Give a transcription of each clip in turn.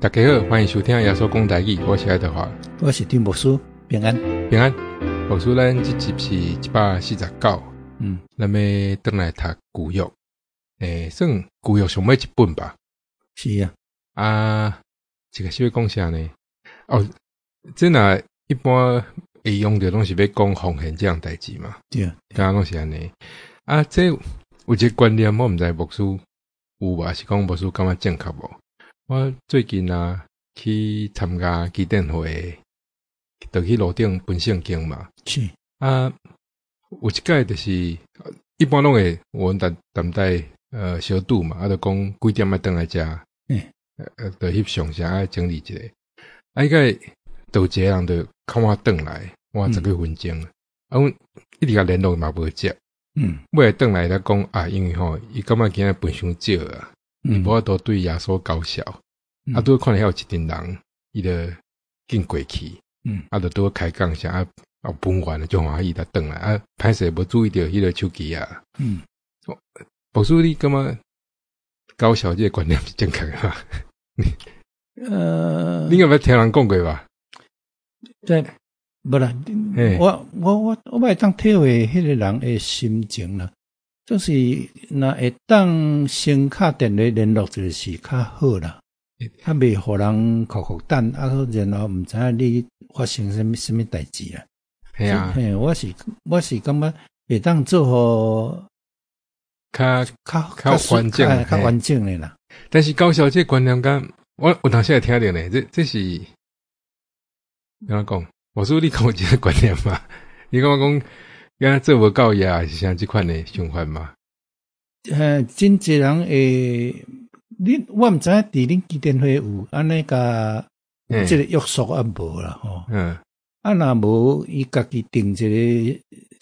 大家好，欢迎收听耶稣讲台语，我是爱德华， 我是丁牧师，平安。 平安。牧师，咱这集是149，咱要转来读古约，算古约上尾一本吧。 是啊， 这个是要讲啥呢？这若一般会用的拢是要讲奉献这样代志嘛？ 对， 刚刚拢是安尼。这有一个观念，我毋知牧师有吧？是讲牧师感觉正确无？我最近去参加基甸会，就去路顶分圣经嘛。 是有一届就是一般拢会我们淡带小赌嘛，就讲几点要回来食，就翕相啥整理一下。迄个有一个人就靠我回来，我10几分钟，阮一直甲联络嘛无接。尾来回来才讲因为伊感觉今日分伤少啊。伊无法度对耶稣高效，拄看到遐有一群人，伊就紧过去，就拄开讲啥分完了就欢喜才转来，歹势无注意到迄个手机啊。牧师，你感觉高效这个观念是正确的吗？你有没有听人讲过吧？ 对，无啦，我袂当体会迄个人的心情啦。就是若会当先敲电话联络就是较好啦，较袂互人苦等，然后毋知影你发生什么代志啊。系啊，我是感觉会当做好较完整的啦。 但是高效这个观念我当时也听到呢，这是怎讲？我说你跟我这个观念嘛，你跟我讲。做无够也是像这款的想法嘛？ 真侪人我毋知影伫恁基甸会有安尼甲即个约束无啦吼。若无伊家己定一个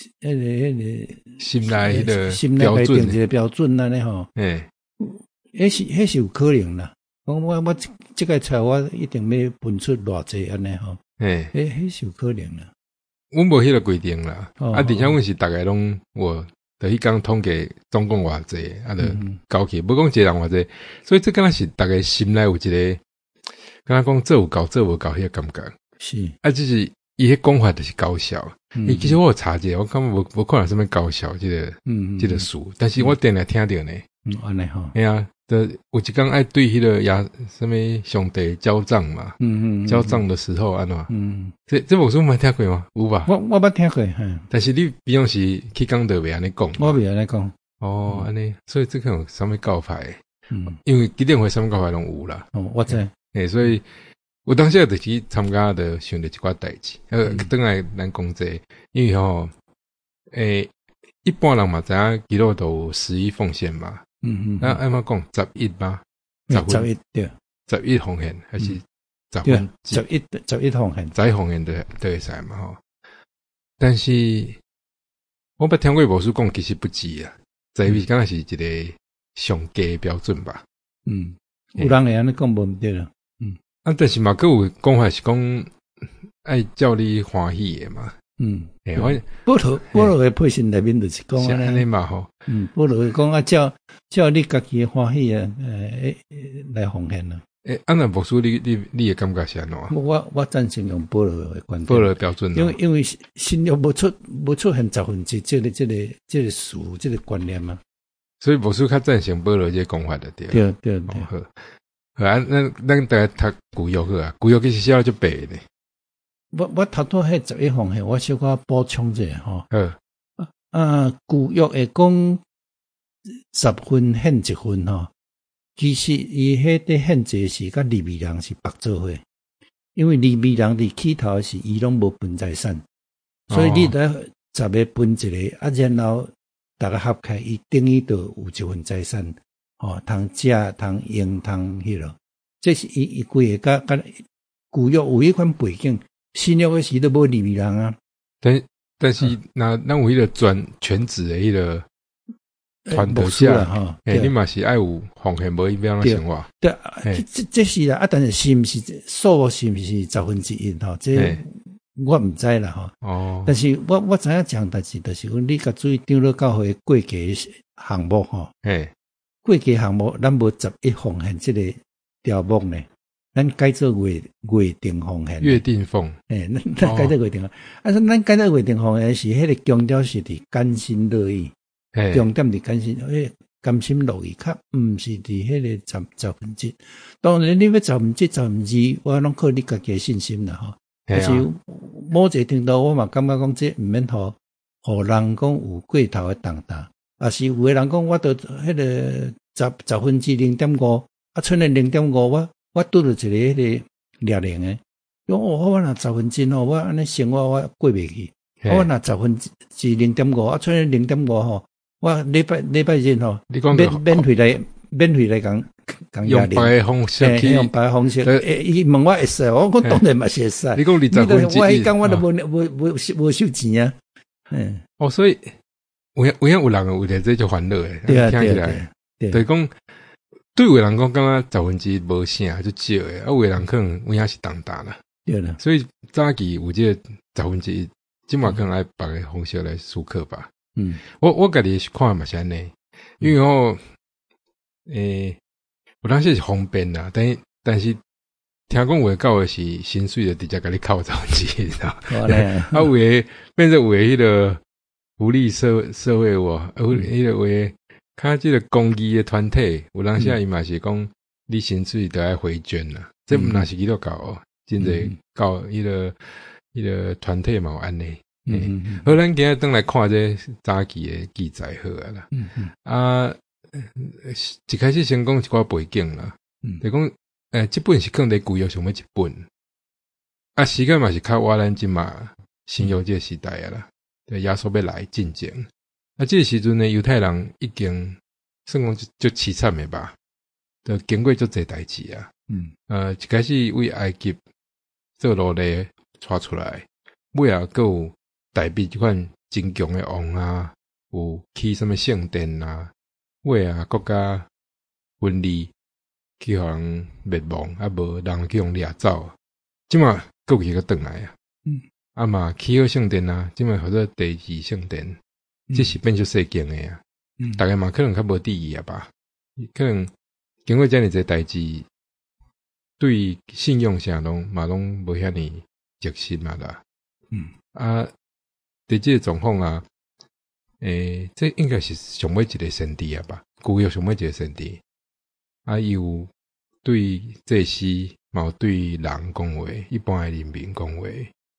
心内定一个标准安尼吼。迄是有可能啦。讲我即个菜我一定要分出偌济安尼吼。迄是有可能啦。 阮无迄个规定啦，而且阮是逐个拢就迄工统计总共偌济，就交起，无讲一个人偌济，所以这敢若是逐个心内有一个，敢若讲做有够做无够迄个感觉。 是就是伊迄讲法就是高效。其实我有查者，我感觉无看到什么高效这个词，但是我定来听到呢。 安尼吼。 哎呀，有一工爱对迄个什么上帝交账嘛，交账的时候安怎？这牧师有听过吗？有吧？ 我捌听过， 但是你比方是去讲就袂安尼讲， 我袂安尼讲。 安尼，所以这个有啥物教法？因为基甸会啥物教法拢有啦。 我知。 所以有当时就去参加的想着一寡代志，转来咱讲这，因为一般人嘛知影基督徒11奉献嘛。那按怎讲11吗？11 对 ，11奉献还是10 分？11奉献 ，11奉献都会使嘛吼。但是我捌听过牧师讲，其实不止啊，11敢若是一个上低标准吧。 有人会安尼讲无毋对啦。 但是嘛，佫有讲法是讲爱叫你欢喜的嘛。 保罗的配信内面就是讲安尼嘛吼。 保罗讲叫你家己欢喜来奉献啦。 那牧师你的感觉是安怎？ 我赞成用保罗的观点。 保罗的标准。 因为信仰无出现10%这个事这个观念嘛。 所以牧师较赞成保罗这个讲法的对。 对。 好，咱大家读古约好啊，古约其实写就白的。 我读到迄11奉献，我小可补充一下吼。古约会讲10分献1分吼，其实伊迄个献祭是甲利未人是白做伙，因为利未人伫起头是伊拢无分财产，所以你得10个分一个，然后大家合开，伊等于就有1份财产，通食、通用、通迄落。这是伊规个甲古约有迄款背景。新约的时都无利未人啊， 但是咱有迄个全职的迄个传道者哈，你嘛是爱有奉献无一样的生活。 对，这是啦，但是是毋是数是毋是1/10吼？这我毋知啦吼。但是我知影讲代志，就是讲你甲注意长老教会过节项目吼。过节项目咱无11奉献这个条目呢。 咱改做月定奉献。 月定奉， 咱改做月定奉。说咱改做月定奉献是迄个强调是伫甘心乐意，重点伫甘心，甘心乐意，较毋是伫迄个十分之。当然你要十分之、十分之，我拢靠你家己信心啦吼。但是某一个程度，我嘛感觉讲，这毋免互人讲有过头诶重担，啊是有诶人讲，我着迄个十分之 0.5， 剩诶 0.5， 我拄着一个迄个掠零诶，我若10分之吼，我安尼生活我过袂去。我若10分之 0.5， 剩诶 0.5 吼，我礼拜日吼，免费来讲用别个方式去， 用别个方式。伊问我会使，我讲当然嘛是会使。 你讲20分之一， 我迄讲我都无收钱啊。 所以有人为了这就烦恼诶，听起来，就是讲对有人讲，感觉10分之一无啥就少诶，有人可能有影是重大啦。 对啦， 所以早期有这个10分之一，今嘛可能爱别个方式来思考吧。我家己看嘛是安尼，因为有当时是方便啦，但是听讲话到的是薪水就直接甲你扣10分之一，知道？变成为迄个福利社会迄个为较即个公益的团体，有当时伊嘛是讲你薪水都爱回捐啦，这毋若是基督教哦，真侪教迄个团体嘛有安尼。好，咱今日转来看这早期的记载好啊啦。一开始先讲一寡背景啦，就讲这本是可能伫旧约上尾一本，时间嘛是较晚咱即嘛新约这个时代啦，对耶稣要来进前，这个时阵呢，犹太人已经算讲就凄惨的吧，就经过足侪代志啊，一开始为埃及做奴隶带出来，尾啊还有代笔即款真强的王啊，有起什么圣殿啊。尾啊，国家分离去互人灭亡，无人去用掠走，即嘛过去个转来啊，嘛起好圣殿啊，即嘛或者第2圣殿，这是变做世间诶啊，大家嘛可能较无注意啊吧，可能经过遮尔侪代志，对信用上拢无遐尼决心嘛啦，伫即个状况啊。这应该是上尾一个先知啊吧，旧约上尾一个先知，有对祭司，嘛有对人讲话，一般的人民讲话，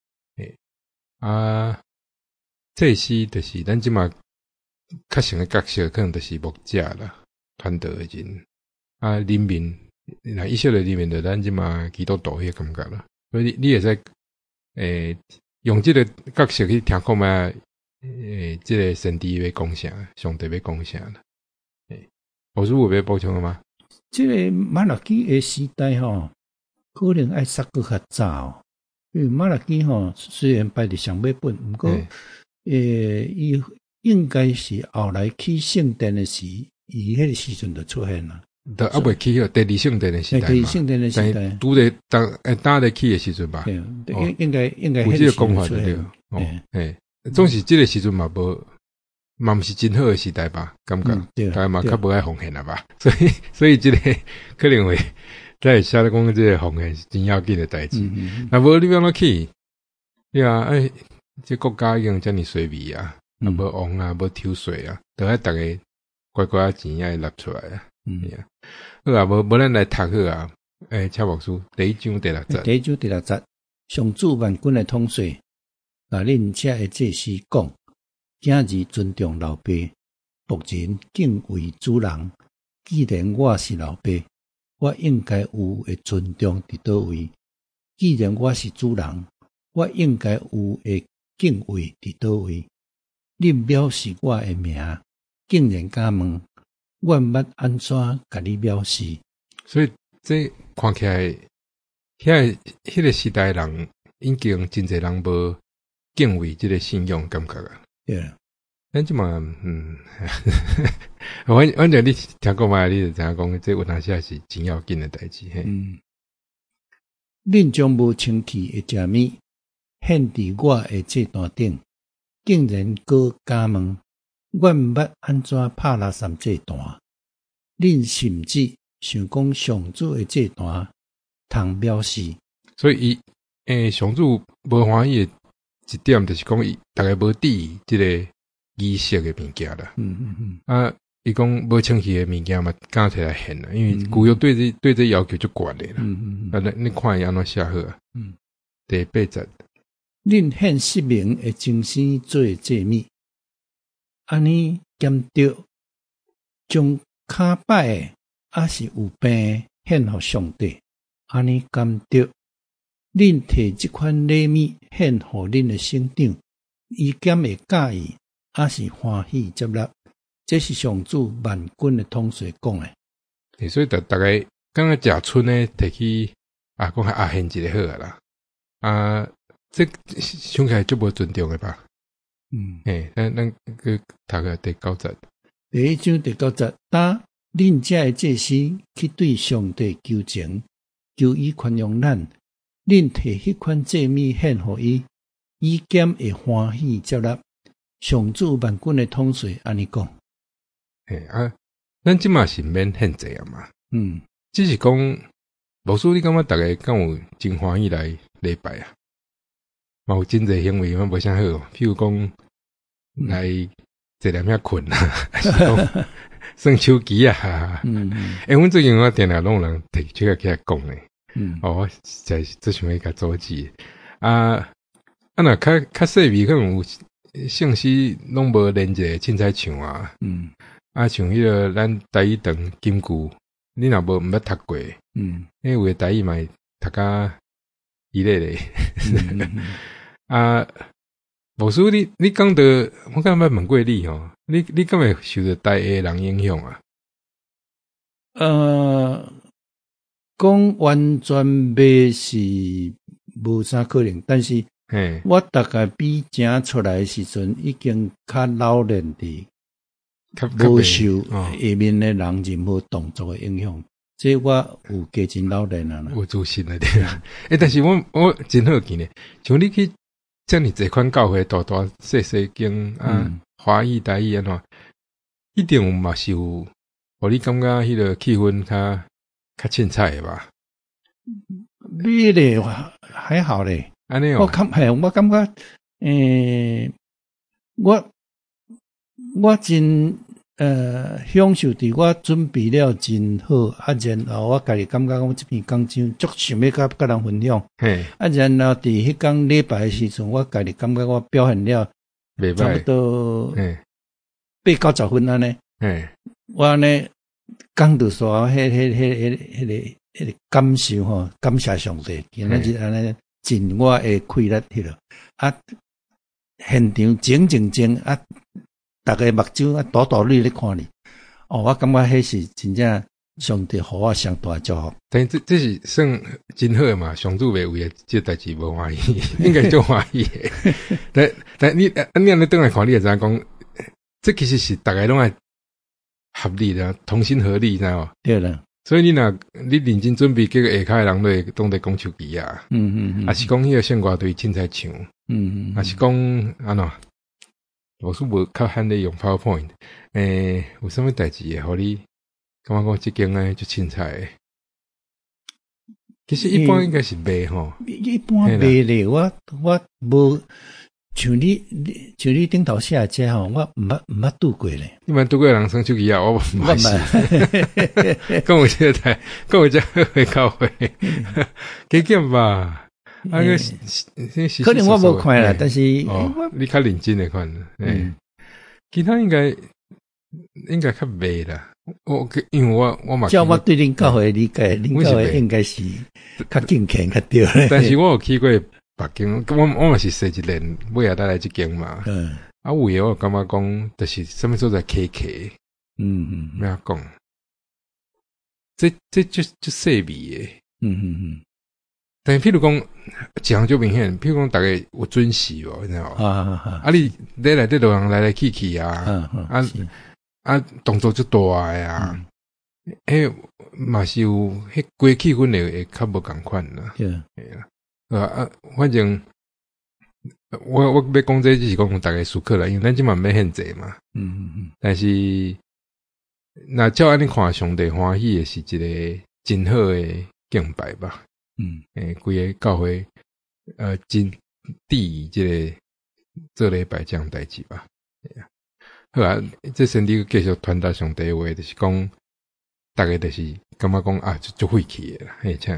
祭司就是咱即马较成的角色，可能就是牧者啦，传道的人，人民，那以色列人民就咱即马基督徒迄个感觉啦，所以你会使用这个角色去听看卖。这个神帝要讲啥，上帝要讲啥啦？老师有要补充的吗？ 这个马拉基的时代吼，可能爱杀个较早，因为马拉基吼虽然摆伫上尾本，不过伊应该是后来起圣殿的时，伊迄个时阵就出现了。 都未起第2圣殿的时代嘛， 第2圣殿的时代， 拄咧打咧起的时阵吧。 应该有这个讲法就对。总是这个时阵嘛毋是真好的时代吧，感觉大家嘛较无爱奉献啦吧，所以这个可能会在写咧讲这个奉献是真要紧的代志。那无你要哪去？对啊，这国家已经遮尔衰微啊，无王啊，无抽税啊，都爱大家乖乖钱爱纳出来啊。好啊，无咱来读好啊。蔡牧师第1章第6节。 第1章第6节，上主万军的统帅。甲恁遮的祭司讲，今日尊重老爸，仆人敬畏主人。既然我是老爸，我应该有会尊重伫倒位；既然我是主人，我应该有会敬畏伫倒位。恁藐视我的名，竟然敢问，我捌安怎甲你藐视？ 所以这看起来，迄个时代人已经真侪人无。敬畏这个信用感觉啊， 对啊， 咱即嘛，反正你听过嘛，你就知影讲，这有当时是真要紧的代志。 恁将无清气的食物献伫我的祭坛顶，竟然搁加问，我毋捌安怎拍垃圾祭坛？恁甚至想讲上主的祭坛通藐视。 所以上主无欢喜的一点，就是讲伊大概无注意即个仪式的物件啦。伊讲无清气的物件嘛，敢摕来献啦，因为古约对这要求就悬的啦。你看伊安怎写好啊？第8节， 恁献失明的精神做祭物，安尼兼着将骹摆的还是有病献互上帝，安尼兼着恁摕即款礼物献互恁的省长，伊兼会介意，还是欢喜接纳？这是上主万军的统帅讲诶。 所以大概刚刚食春呢，摕去讲献一个好啊啦。这想起来就无尊重的吧？咱去读个第9节。 第1章第9节，当恁遮的祭司去对上帝求情，求伊宽容咱，恁摕迄款祭物献互伊，伊兼会欢喜接纳。上主万军的统帅安尼讲。 咱即嘛是免献祭啊嘛。只是讲，无输你感觉大家敢有真欢喜来礼拜啊？嘛有真侪行为嘛无啥好，譬如讲来坐在遐困啊，还是讲耍手机啊。阮最近我电脑拢有人提出来起来讲咧。我在做想要甲阻止。若较细微可能有姓氏拢无连一个凊彩唱啊。像迄个咱台语堂金句，你若无毋捌读过，有诶台语嘛读甲伊咧咧。无输你讲到，我敢捌问过你吼，你敢会受到台语人影响啊？ 讲完全袂是无啥可能，但是我大概比正出来的时阵，已经较老练伫。无受下面的人任何动作的影响，这我有加真老练啊， 有自信啊！但是我真好奇呢，像你去遮尔这款教会大细经华语台语安怎，一定嘛是有，互你感觉迄个气氛较凊彩的吧？ 你咧还好咧， 安尼我感觉我真享受伫我准备了真好，然后我家己感觉我这篇讲章足想要甲人分享。然后伫迄天礼拜的时阵，我家己感觉我表现了差不多8-90分安尼。我安尼讲到说迄个感受吼，感谢上帝，今仔日安尼尽我的气力迄落现场静大家目睭大绿咧看你，我感觉迄是真正上帝互我上大祝福。 但这是算真好嘛？上主袂为这代志无欢喜，应该就欢喜。但你安尼倒来看，你会知影讲，这其实是大家拢爱合力的，同心合力，知道无？ 对啦。 所以你认真准备，结果下骹的人都会懂得讲手机啊。还是讲迄个献歌队凊彩唱。还是讲安怎？我是无较罕咧用 PowerPoint， 有啥物代志会互你感觉讲即间就凊彩的？其实一般应该是袂吼， 一般袂咧。我无像你顶头写这吼，我毋捌拄过咧。 你捌拄过人耍手机啊？我毋捌。跟我这台，跟我这会教会，加减吧。 可能我无看啦，但是你较认真的看，其他应该较袂啦。因为我嘛， 照我对恁教会理解，恁教会应该是较敬虔较对。 但是我有去过北京，我嘛是踅一年，尾下带来即间嘛。有诶，我感觉讲，就是什么所在 KK，咩啊讲？这就细微诶。但譬如讲，一项就明显，譬如讲，大家有准时哦，你知道吗？你内底人来去啊，动作就大啊，嘛是有迄规气氛会较无共款啦。反正我要讲这只是讲大家舒克啦，因为咱即嘛免限制嘛。但是那照安尼看，上帝欢喜的是一个真好的敬拜吧。 规个教会真地即个做礼拜这样代志吧。好啊，这先你继续传达上帝话，就是讲，大概就是感觉讲啊，就废弃诶啦，嘿，请。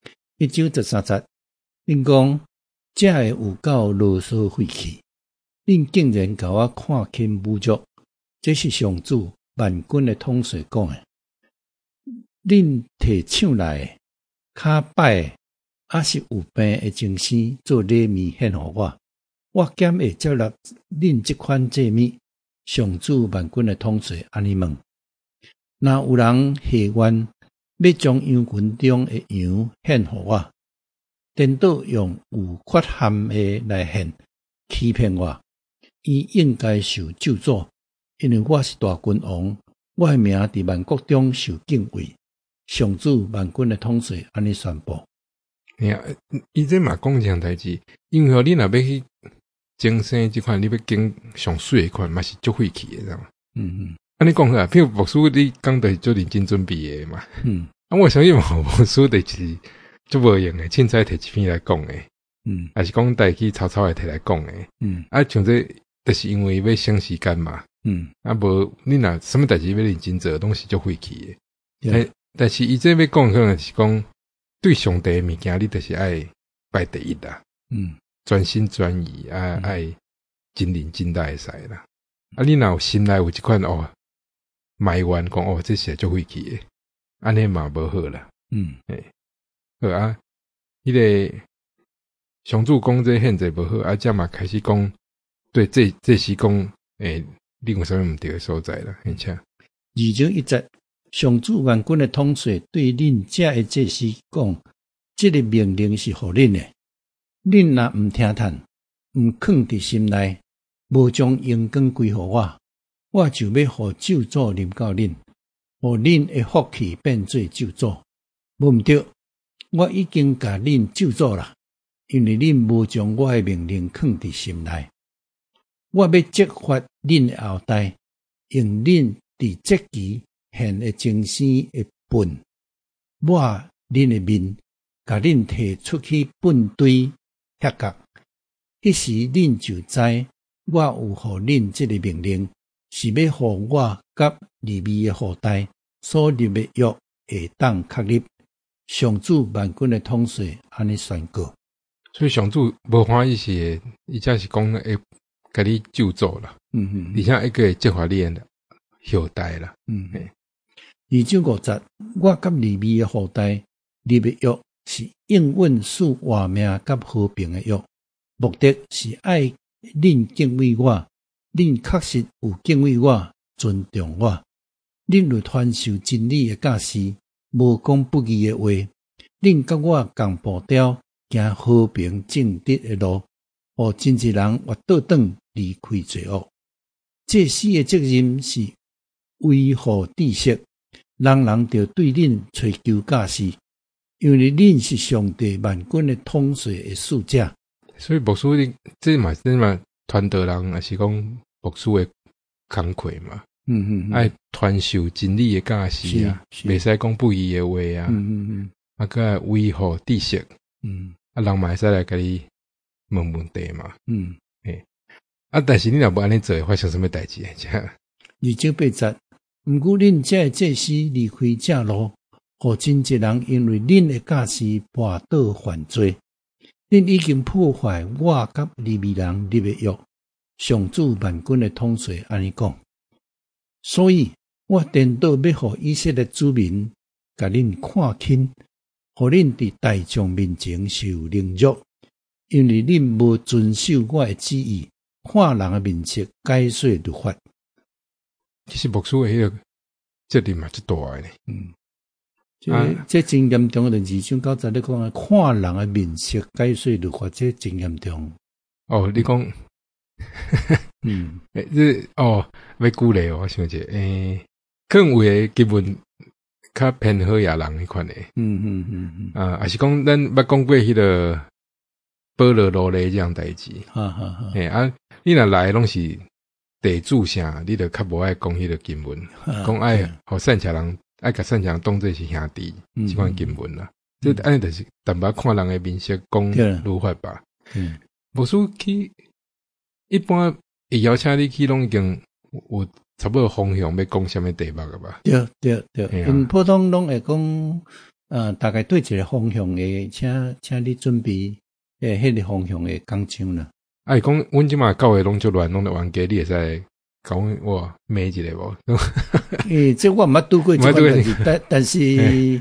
1913节，恁讲这个有够啰嗦废弃，恁竟然甲我看轻侮辱，这是上主万军的统帅讲诶。恁摕抢来诶，骹摆诶，还是有病诶精神做礼物献互我，我减会接纳恁即款祭物。上主万军的统帅安尼问：若有人下愿要将羊群中的羊献互我，颠倒用有缺陷的来献，欺骗我，伊应该受咒诅，因为我是大君王，我的名伫万国中受敬畏。上主万军的统帅安尼宣布。 伊这嘛讲一项代志，因为你若要去精生即款，你要经上水诶款，嘛是足废弃诶，知道吗？安尼讲好啊，譬如牧师你讲的就认真准备诶嘛。我相信牧师就是足无用诶，凊彩摕一篇来讲诶。还是讲带去草草诶摕来讲诶。像这就是因为要省时间嘛。无你若什么代志要认真做，拢是足废弃诶。但是伊这要讲可能是讲对上帝诶物件，你就是爱摆第一啦。专心专意爱真认真来会使啦。你若有心内有一款埋怨讲这是足废弃诶，安尼嘛无好啦。好啊，迄个上主讲这现在无好，啊，这嘛开始讲对这是讲你有啥物毋对诶所在啦，而且 20节，上主万军诶统帅对恁遮诶祭司讲，这个命令是互恁诶。恁若毋听叹，毋囥伫心内，无将阳光归互我，我就要互咒诅临到恁，互恁诶福气变做咒诅。无毋对，我已经甲恁咒诅啦，因为恁无将我诶命令囥伫心内。我要责罚恁诶后代，用恁伫节期献诶精神诶粪，抹恁诶面，甲恁摕出去粪堆。遐角，迄时恁就知我有互恁这个命令，是要互我甲利未的后代所立的约会当确立。上主万军的统帅安尼宣告。 所以上主无欢喜是，伊才是讲会甲你救助啦。而且一个责罚你的后代啦。 29节，我甲利未的后代立的约。是应允赐活命甲和平的约，目的是爱恁敬畏我，恁确实有敬畏我，尊重我，恁有传授真理的教示，无讲不义的话，恁甲我共步调，行和平正直的路，互真济人活倒转离开罪恶。祭司的责任是维护知识，人人着对恁追求教示。因为恁是上帝万军的统帅的使者， 所以牧师你这嘛传道人也是讲牧师的工课嘛。爱传授真理的教示啊，袂使讲不义的话啊。个维护知识，人嘛会使来甲你问问题嘛。但是你若无安尼做，会发生什么代志 ？28节，毋过恁这祭司离开正路。互真济人因为恁的教示跋倒犯罪，恁已经破坏我甲利未人立的约。上主万军的统帅安尼讲，所以我颠倒要互以色列子民甲恁看轻，互恁伫大众面前受凌辱，因为恁无遵守我的旨意，看人的面色解说律法。 其实牧师的迄个责任嘛，最大的呢。 这真严重的29节你讲啊，看人的面色解说律法，这真严重。 你讲，这要鼓励我想者，可能有诶基本较偏好野人迄款诶。还是讲咱捌讲过迄个保罗罗勒这样代志。你若来拢是地主啥，你就较无爱讲迄个经文，讲爱互善巧人。爱甲善强当作是兄弟，即款经文啦。 这安尼就是淡薄看人的面色讲如法吧。无输去一般会邀请你去拢已经有差不多方向要讲什么题目个吧？ 对，因普通拢会讲大概对一个方向的，请你准备迄个方向的讲章啦。 啊，讲阮即马教会拢就乱，拢在冤家，你会使讲我骂一个无？ 这我毋捌拄过这款代志，但是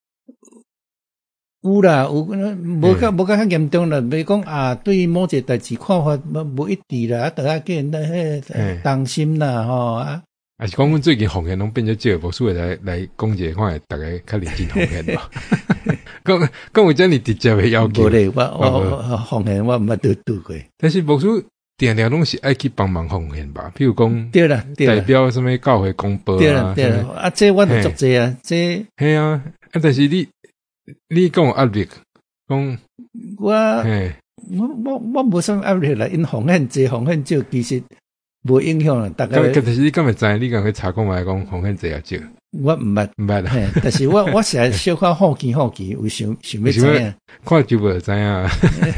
有啦，有无较严重啦。袂讲啊，对某一个代志看法无一致啦，大家见迄担心啦，吼啊。 啊是讲阮最近奉献拢变咗少，无所谓来讲一个，看大家较认真奉献咯。讲有遮尔直接的要求。 无咧，我奉献我毋捌拄过。 但是无说定定拢是爱去帮忙奉献吧，譬如讲对啦， 代表什么教会公布啊， 对啦，啊，这我就做这啊，这系啊，但是你讲有压力，讲我无啥压力啦，因奉献济奉献少，其实无影响啦。大概但是你敢会知？你敢去查讲来讲奉献济啊少？ 我毋捌啦，但是我是来小可好奇，有想要知影， 看就无知影。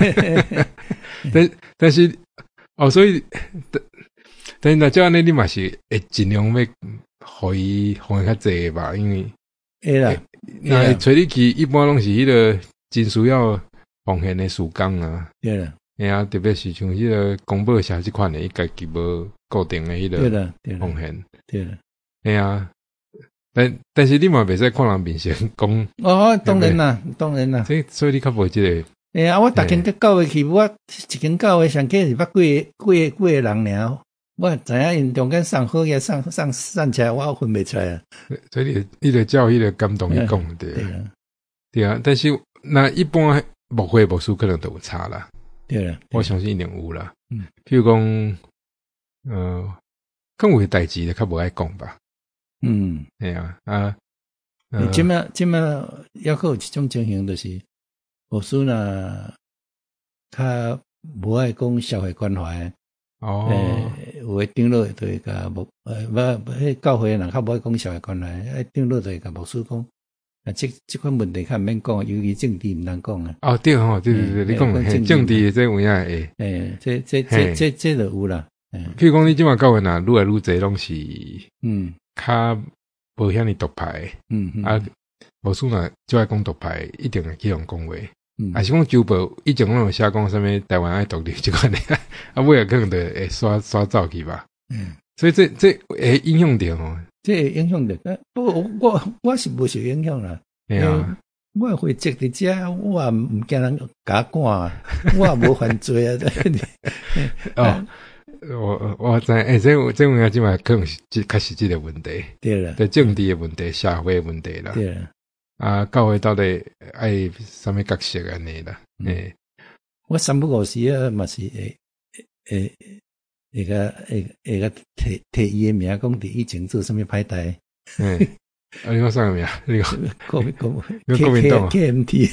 但是所以但是那这样呢，你嘛是会尽量要互伊奉献较济吧，因为会啦。 那找你去一般拢是迄个真需要奉献的事工啊。 对啦， 啊，特别是像迄个公报社即款的，伊家己无固定的迄个奉献。 对啦， 啊，但是你嘛袂使看人面色讲。 当然啦。 所以你较无即个。 我逐间教会去，我一间教会上计是捌几个人尔。我知影因中间上好嘢上起来，我分袂出来啊。 所以你得照迄个感动去讲对啊。但是那一般牧会牧师可能都有差啦。 对啦， 我相信一定有啦。譬如讲，更有代志的较无爱讲吧。对啊。 即摆还有一种情形，就是牧师呢，较无爱讲社会关怀。有诶顶落就会甲迄教会人较无爱讲社会关怀，顶落就会甲牧师讲，即款问题较毋免讲，尤其政治毋通讲啊。 对，你讲政治这有影会。 这就有啦。 譬如讲你即马教会呐，愈来愈侪拢是较无遐尼独派。牧师呐就爱讲独派，一定会去用讲话。还是讲周报以前拢有写讲什么台湾爱独立即款的，尾也可能就会刷走去吧。所以这会影响到这会影响到。不过我是无受影响啦。我会籍伫遮，我也毋惊人甲我赶，我也无犯罪啊。 我知，这有影即嘛可能是较实际的问题。 对啦， 对政治的问题、社会的问题啦。 对啦。 教会到底爱什么角色安尼啦？ 我三不五时啊，嘛是会个提伊诶名，讲伫以前做什么歹代。 你讲啥名？你讲国民党 KMT。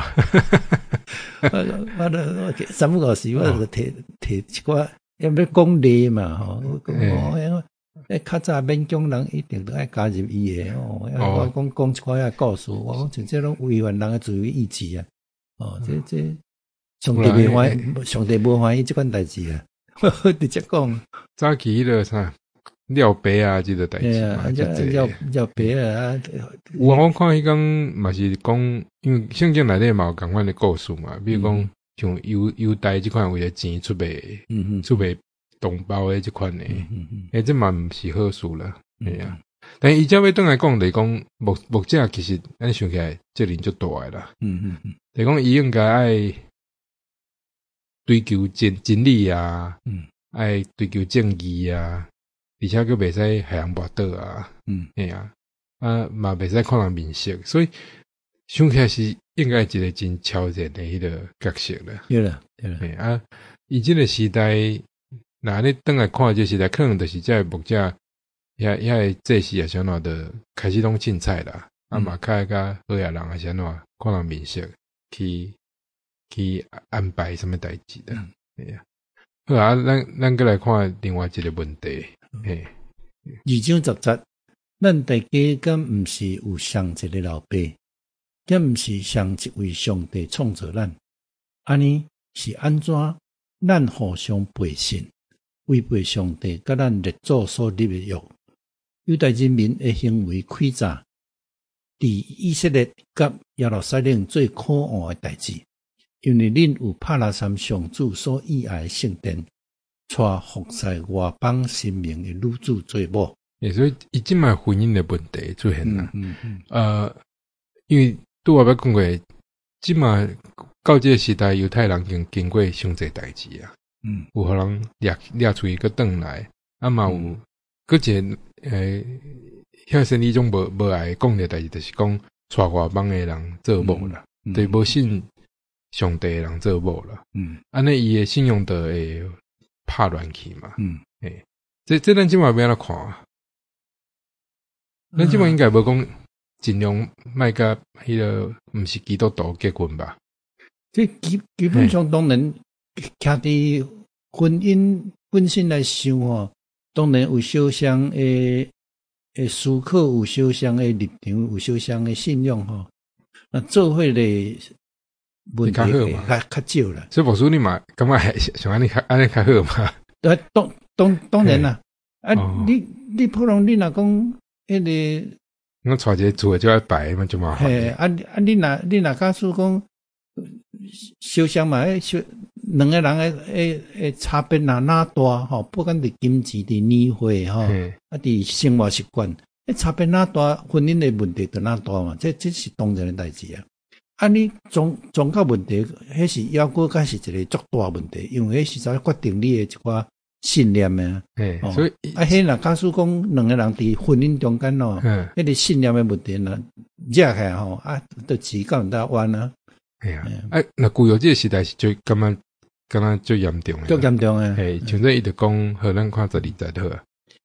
我三不五时我就提一寡，要讲理嘛吼。较早勉强人一定都爱加入伊诶我讲一寡故事，我讲像这种违反人诶自由意志啊！这上帝无欢喜即款代志啊！直接讲， 早期迄个啥廖白啊，即个代志嘛， 廖白啊！ 我看迄讲嘛是讲，因为圣经内底嘛有共款诶故事嘛，比如讲像犹大即款为了钱出卖同胞诶，即款诶，这嘛毋是好事啦，但伊遮要转来讲，就是讲牧者其实咱想起来责任足大诶啦，就是讲伊应该爱追求真理啊，爱追求正义啊，而且佫袂使害人跋倒啊，嘛袂使看人面色，所以想起来是应该一个真超然诶迄个角色啦， 对啦， 伊即个时代。那你转来看这时代，可能就是这牧者遐这时啊，啥喏的开始拢凊彩啦，嘛开甲好野人啊，啥喏看人面色去安排什么代志的，好啊，咱过来看另外一个问题 ，2章10节，咱大家敢毋是有上一个老爸， 兼毋是上一位上帝创造咱，安尼是安怎？咱互相背信，违背上帝甲咱列祖所立的约，犹太人民的行为诡诈，伫以色列甲耶路撒冷最可恶的代志，因为恁有帕拉山上主所喜爱的圣殿，带服在外邦神明的女子做某。 所以伊即卖婚姻的问题出现啦。因为拄我捌讲过，即卖到这个时代，犹太人已经经过伤济代志啊。有互人掠出一个转来，嘛有搁一个遐先呢种无爱讲的代志，就是讲带外邦的人做某啦，对无信上帝的人做某啦。安尼伊的信用就会拍乱去嘛。这咱即卖要安怎看啊？咱即卖应该无讲尽量莫甲迄个毋是基督徒结婚吧？ 这基本上当然。徛伫婚姻本身来想吼，当然有小相的思考，有小相的立场，有小相的信仰吼。那做伙的问题较少啦。 所以无说你嘛，感觉像安尼较好嘛？ 当然啦。你普通你若讲迄个， 我带一个做就要摆嘛，就麻烦。 你若假使讲小相嘛，两个人诶差别哪大吼？不管伫金钱、伫年岁吼，伫生活习惯，差别哪大，婚姻的问题就哪大嘛。这是当然的代志啊。你总到问题，迄是抑过甲是一个足大问题，因为迄是才决定你的一寡信念的。所以迄若假使讲两个人伫婚姻中间吼，迄个信念的问题呢，惹起来吼就只到唔得弯啊。 那旧约这个时代是最感觉最严重的， 最严重的。 像这伊就讲，互咱看12节好啊。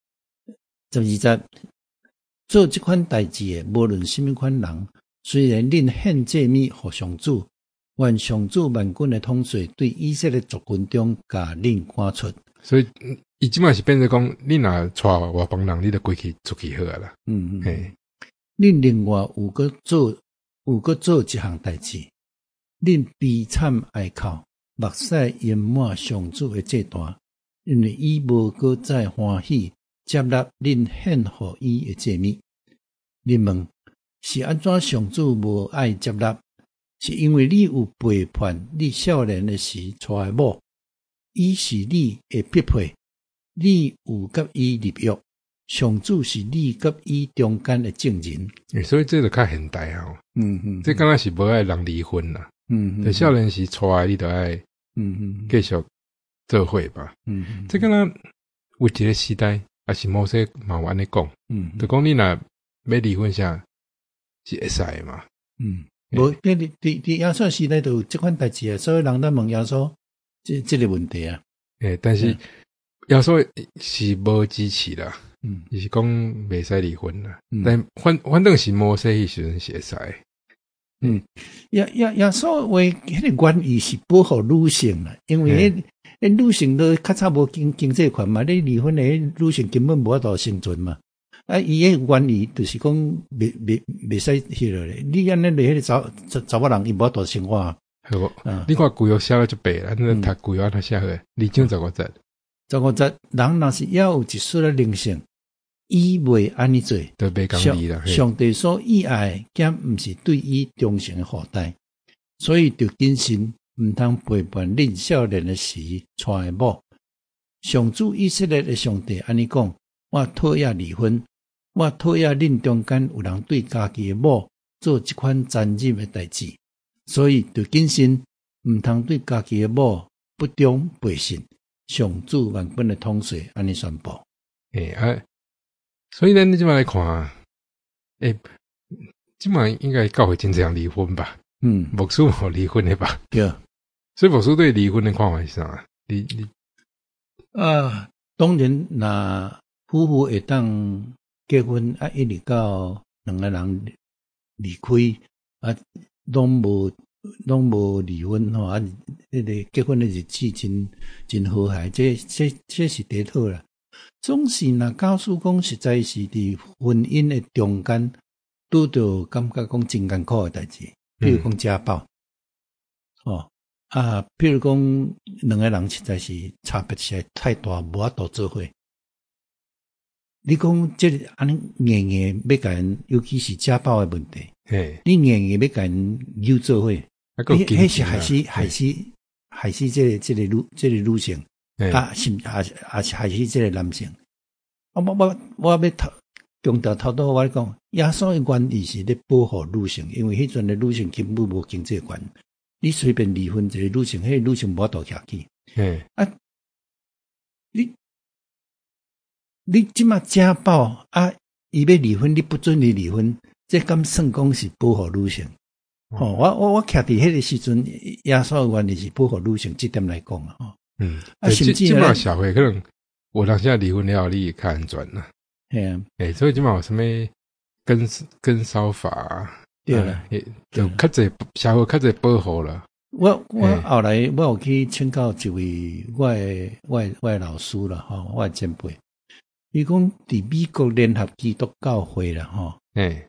12节做这款代志的，无论什么款人，虽然恁献祭物互上主，愿上主万军的统帅对以色列族群中甲恁赶出。所以伊即摆是变成讲，你若带外邦人，你就归去出去好啊啦。 恁另外有搁做一项代志。恁悲惨哀哭，目屎淹满上主的祭坛，因为伊无搁再欢喜接纳恁献互伊的祭物。恁问是安怎上主无爱接纳？是因为你有背叛你少年的时娶的某，伊是你的匹配，你有甲伊立约，上主是你甲伊中间的证人。 所以这就较现代吼。这敢若是无爱人离婚啦。在少年时娶你就爱继续做伙吧。这敢若有一个时代，也是摩西嘛有安尼讲。就讲你若要离婚啥是会使的嘛。 无伫耶稣时代就有这款代志啊，所以人在问耶稣这个问题啊。 但是耶稣是无支持啦。伊是讲袂使离婚啦。但反正是摩西迄时阵是会使的。 耶稣话迄个原意是保护女性啦，因为女性都较差无经济权嘛，你离婚的女性根本无法度生存嘛。伊迄原意就是讲袂使迄落咧，你安尼咧迄个查某人伊无法度生活啊。 你看旧约写了就白啦，你读旧约他写好，2章15节。 15节，人若是也有一丝的灵性。伊袂安尼做， 都袂讲理啦。 上帝所喜爱，兼毋是对伊忠诚的后代，所以就谨慎，毋通背叛恁少年的时娶的某。上主以色列的上帝安尼讲：我讨厌离婚，我讨厌恁中间有人对家己的某做这款残忍的代志，所以就谨慎，毋通对家己的某不忠背信。上主万军的统帅安尼宣布。 所以咱即摆来看，即摆应该教会真正离婚吧？牧师无离婚的吧？ 对。 所以牧师对离婚的看法是啥？你当然，那夫妇会当结婚一直到两个人离开拢无离婚吼迄个结婚的日子真和谐，这是第一套啦。总是若假使讲实在是伫婚姻的中间拄着感觉讲真艰苦诶代志，比如讲家暴，比如讲两个人实在是差别实在太大，无法度做伙。你讲这安尼硬硬要甲人，尤其是家暴诶问题，你硬硬要甲人扭做伙，迄是害死这个女性，害死这个男性。我要强调头拄我讲，耶稣诶原意是咧保护女性，因为迄阵诶女性根本无经济权，你随便离婚一个女性，迄个女性无法度徛起。你即马家暴伊要离婚，你不准你离婚，这敢算讲是保护女性？我徛伫迄个时阵，耶稣原意是保护女性，这点来讲甚至即马社会可能有当时离婚了，你较安全啦。所以即马有啥物跟骚法对啦， 就较济社会较济保护啦。 我后来我有去请教一位我的老师啦，我的前辈。伊讲伫美国联合基督教会啦，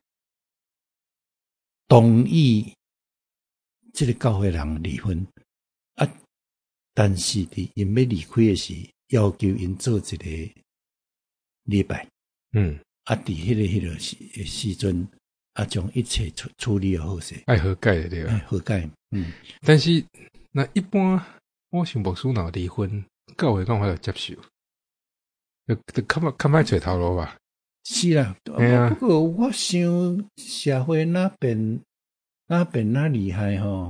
同意这个教会人离婚但是伫因要离开诶时，要求因做一个礼拜，伫迄个时阵将一切处理好势， 爱和解对吧？ 和解， 但是那一般我想牧师若离婚，教会讲法就接受。就较歹找头路吧。 是啦，不过我想社会那边那厉害吼。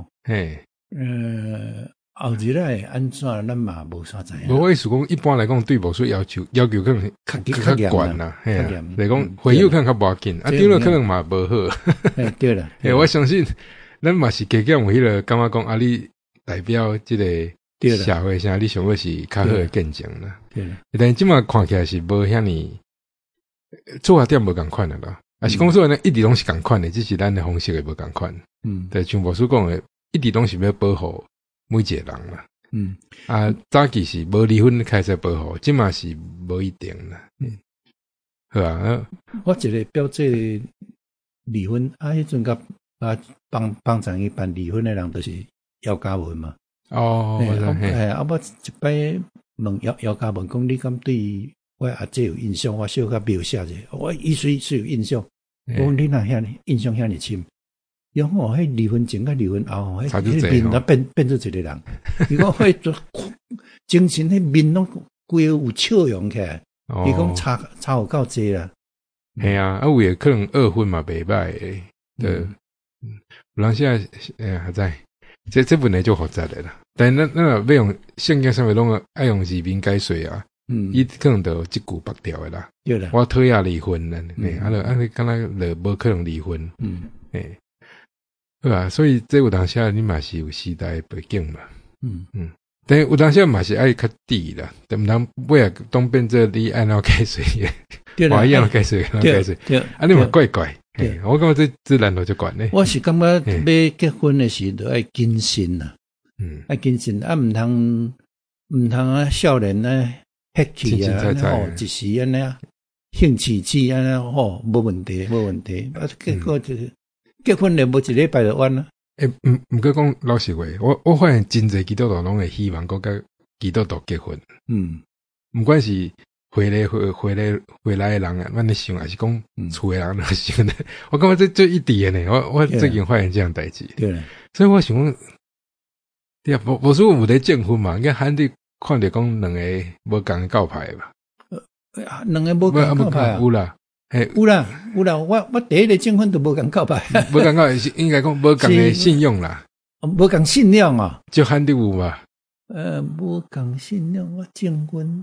后日来安怎，咱嘛无啥知影。 我意思讲，一般来讲，对牧师要求可能较悬啦，来讲会友可能较无要紧，对了可能嘛无好。 对啦， 我相信咱嘛是加减有迄个感觉讲，你代表即个。社会上你想要是较好诶见证啦，但即马看起来是无遐尼做法点无共款诶啦，是讲说呢一直拢是共款诶，只是咱诶方式会无共款。但像牧师讲诶，一直拢是要保护每一个人啦。早期是无离婚开始保护，即马是无一定啦。好啊， 我一个表姐离婚迄阵甲帮助伊办离婚诶人，就是姚嘉文嘛。我一摆问姚嘉文讲，你敢对我阿姐有印象？我小可描写者，我伊虽有印象，我讲你若遐印象遐尼深，然后迄离婚前甲离婚后，迄面都变做一个人。伊讲迄精神迄面拢规个有笑容起来，伊讲差有够济啦。 有诶可能二婚嘛袂歹诶，有人现在还在。这本来就复杂的啦，但那要用圣经上面拢爱用字面解说啊，伊可能就即句白条的啦。 对啦， 我讨厌离婚啦，你敢若就无可能离婚，对吧？所以这有当时你嘛是有时代背景嘛，但有当时嘛是爱较低啦，但毋通尾啊当变做你按照解说嘅，话一样解说，解说，你嘛怪怪。我感觉这难度就悬咧。 我是感觉要结婚的时就爱谨慎啦，爱谨慎毋通少年客气一时安尼兴起起安尼无问题。结果就是结婚了无一礼拜就完啦。 毋过讲老实话，我发现真侪基督徒拢会希望讲甲基督徒结婚。毋管是回来的人啊，咱咧想还是讲厝的人咧想咧，我感觉这一点呢，我最近发现这样代志。 对， 所以我想讲，对啊，无说有咧证婚嘛，应该喊你看着讲两个无共的教派吧？ 两个无共教派啊？ 有啦， 有啦。我第一个证婚都无共教派， 无共教是应该讲无共的信用啦， 无共信仰啊， 就喊你有嘛？ 无共信仰，我证婚。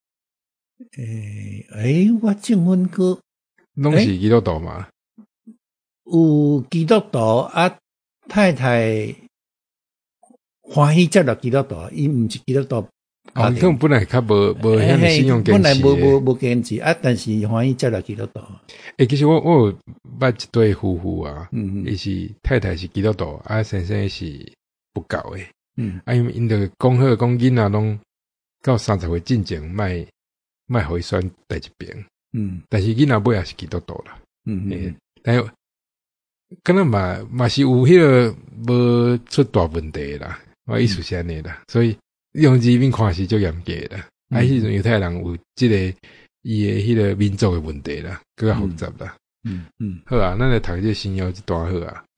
我证婚过， 拢是基督徒嘛？ 有基督徒太太欢喜接纳基督徒，伊毋是基督徒。 可能本来较无遐个信用坚持， 本来无坚持但是欢喜接纳基督徒。 其实我有捌一对夫妇啊，伊是太太是基督徒，先生是不教诶，因为因着讲好讲囡仔拢到30岁进前卖互伊选第一边，但是囡仔尾也是基督徒啦，但是可能嘛是有迄个无出大问题啦，我意思是安尼啦，所以用字面看是足严格啦。迄阵犹太人有即个伊诶迄个民族诶问题啦，更加复杂啦。好啊，咱来读这新约这段好啊。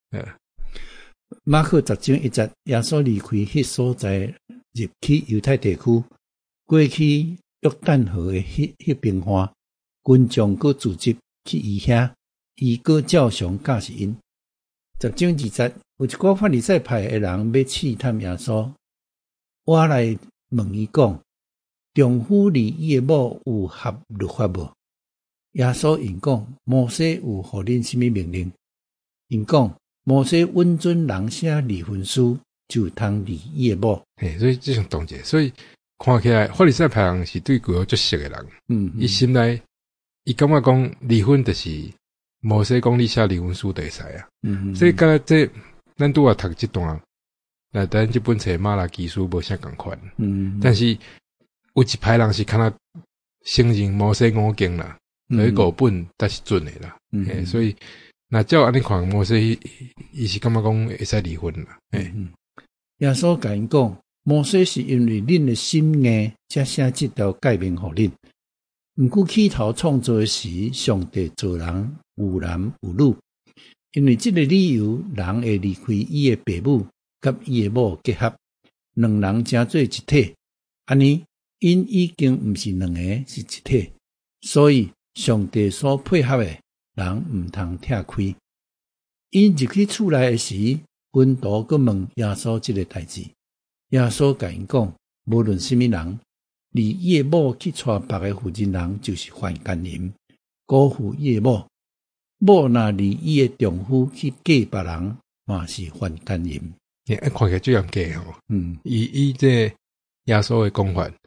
马可10章1节，耶稣离开迄所在，入去犹太地区，过去约旦河诶迄边岸，群众佫组织去伊遐，伊佫照常教示因。10章2节，有一个法利赛派诶人要试探耶稣，我来问伊讲，丈夫离伊诶某有合律法无？耶稣因讲，摩西有互恁什么命令？因讲，摩西允准人写离婚书，就通离伊诶某。 所以这种动机，所以看起来法利赛派人是对旧约足熟诶人。伊心内，伊感觉讲离婚就是摩西讲你写离婚书就会使啊。所以甲这咱拄啊读这段，咱这本册马拉基书无啥共款。但是有一派人是看他承认摩西五经啦，有5本才是准诶啦。所以那照安尼看，摩西伊是感觉讲会使离婚啦。 耶稣甲因讲，摩西是因为恁诶心硬，才写这条诫命互恁。毋过起头创造时，上帝造人有男有女，因为这个理由，人会离开伊诶父母，甲伊诶某结合，两人成做一体。安尼，因已经毋是两个，是一体。所以上帝所配合诶，人毋通拆开。因入去厝内诶时，门徒佫问耶稣这个代志。耶稣甲因讲，无论什么人，离伊诶某去娶别个妇人人，就是犯奸淫，辜负伊诶某。某若离伊诶丈夫去嫁别人，嘛是犯奸淫。 看起来最严格吼。以这耶稣诶讲法。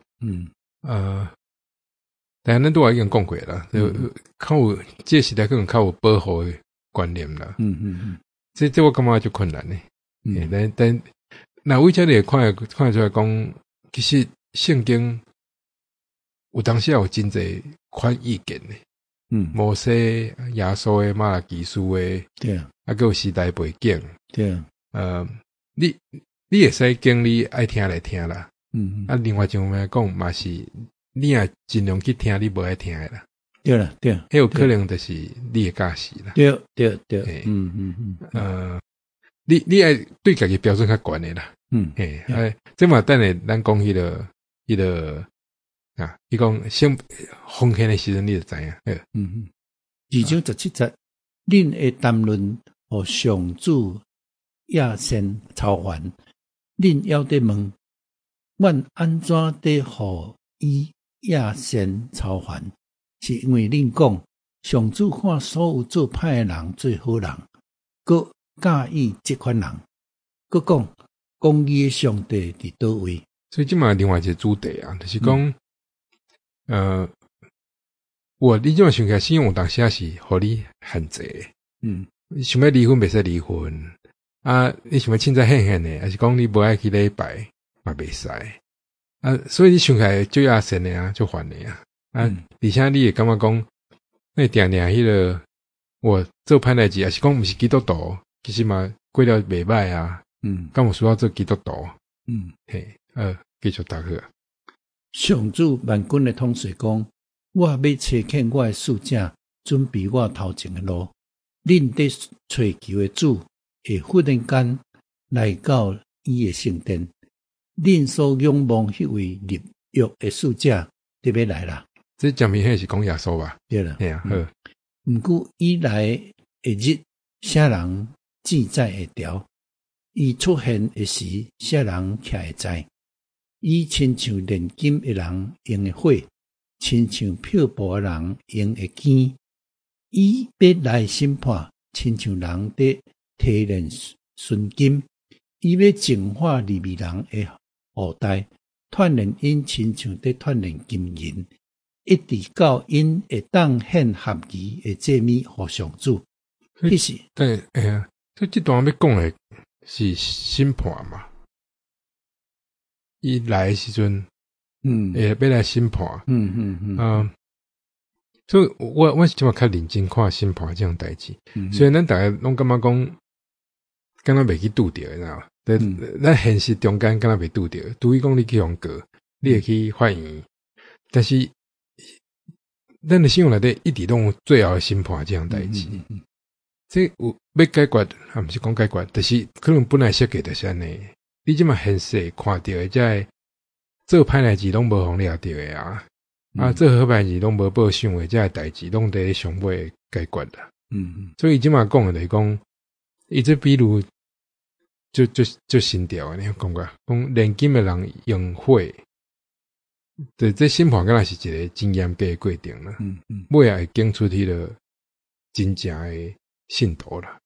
但咱都已经讲过啦，较有这时代可能较有保护诶观念啦。这我感觉就困难呢。但那为这里看出来讲，其实圣经有当时有真侪款意见呢。摩西、耶稣诶、马拉基书诶， 对啊， 还有时代背景， 对啊， 你会使经你爱听来听啦。另外一方面讲嘛是，你也尽量去听你无爱听诶啦。 对啦，对啊， 迄有可能就是你诶假死啦。 对， 你爱对家己标准较悬诶啦。这嘛等下咱讲迄个啊，伊讲先奉献诶时阵，你就知影。 2章17节，恁会谈论互上主亚先操烦，恁要得问，阮安怎得互伊亚先操烦？是因为恁讲上主看所有做歹诶人做好人，佮介意这款人，佮讲公义诶上帝伫倒位。 所以即嘛另外一个主题啊，就是讲，你即嘛想起来，信用有当时是互你限制。你想要离婚，袂使离婚啊！你想要凊彩献献诶，还是讲你无爱去礼拜嘛袂使啊？所以你想起来最亚神诶啊，就烦诶啊！而且你会感觉讲，那定迄个我做歹代志，还是讲毋是基督徒，其实嘛过了袂歹啊。敢有需要做基督徒？继续读好。 上主万军诶统帅讲，我要找见我诶使者，准备我头前诶路。恁得找求诶主，会忽然间来到伊诶圣殿。恁所仰望迄位立约诶使者，特别来啦。 这讲明迄是讲耶稣吧？ 对啦， 好。 毋过伊来诶日，啥人记载会条？伊出现诶时，啥人徛会知？伊亲像炼金诶人用诶火，亲像漂泊诶人用诶剑。伊要来审判，亲像人伫提炼纯金；伊要净化利未人诶后代，锻炼因，亲像伫锻炼金银，一直到因会当献合宜诶祭物互上主。迄是对，所以这段要讲诶是审判嘛？伊来诶时阵，要来审判。 所以我是即马较认真看星盘这样代志。虽然咱大家拢感觉讲，敢若袂去拄着，你知道？咱现实中间敢若袂拄着，除非讲你去用过，你会去法院，但是咱的信用内底一直拢有最后的星盘这样代志。这有要解决，啊，毋是讲解决，但是可能本来设计就是安尼。你即马现实看到的，这做歹代志拢无互掠着的啊，做好代志拢无报赏的，这代志拢伫上尾解决啦。所以即马讲的就是讲，伊这比如就新调的，你讲过，讲年金的人用火，对，这星盘敢若是一个真严格的规定啦。尾也会经出迄个真正的信徒啦。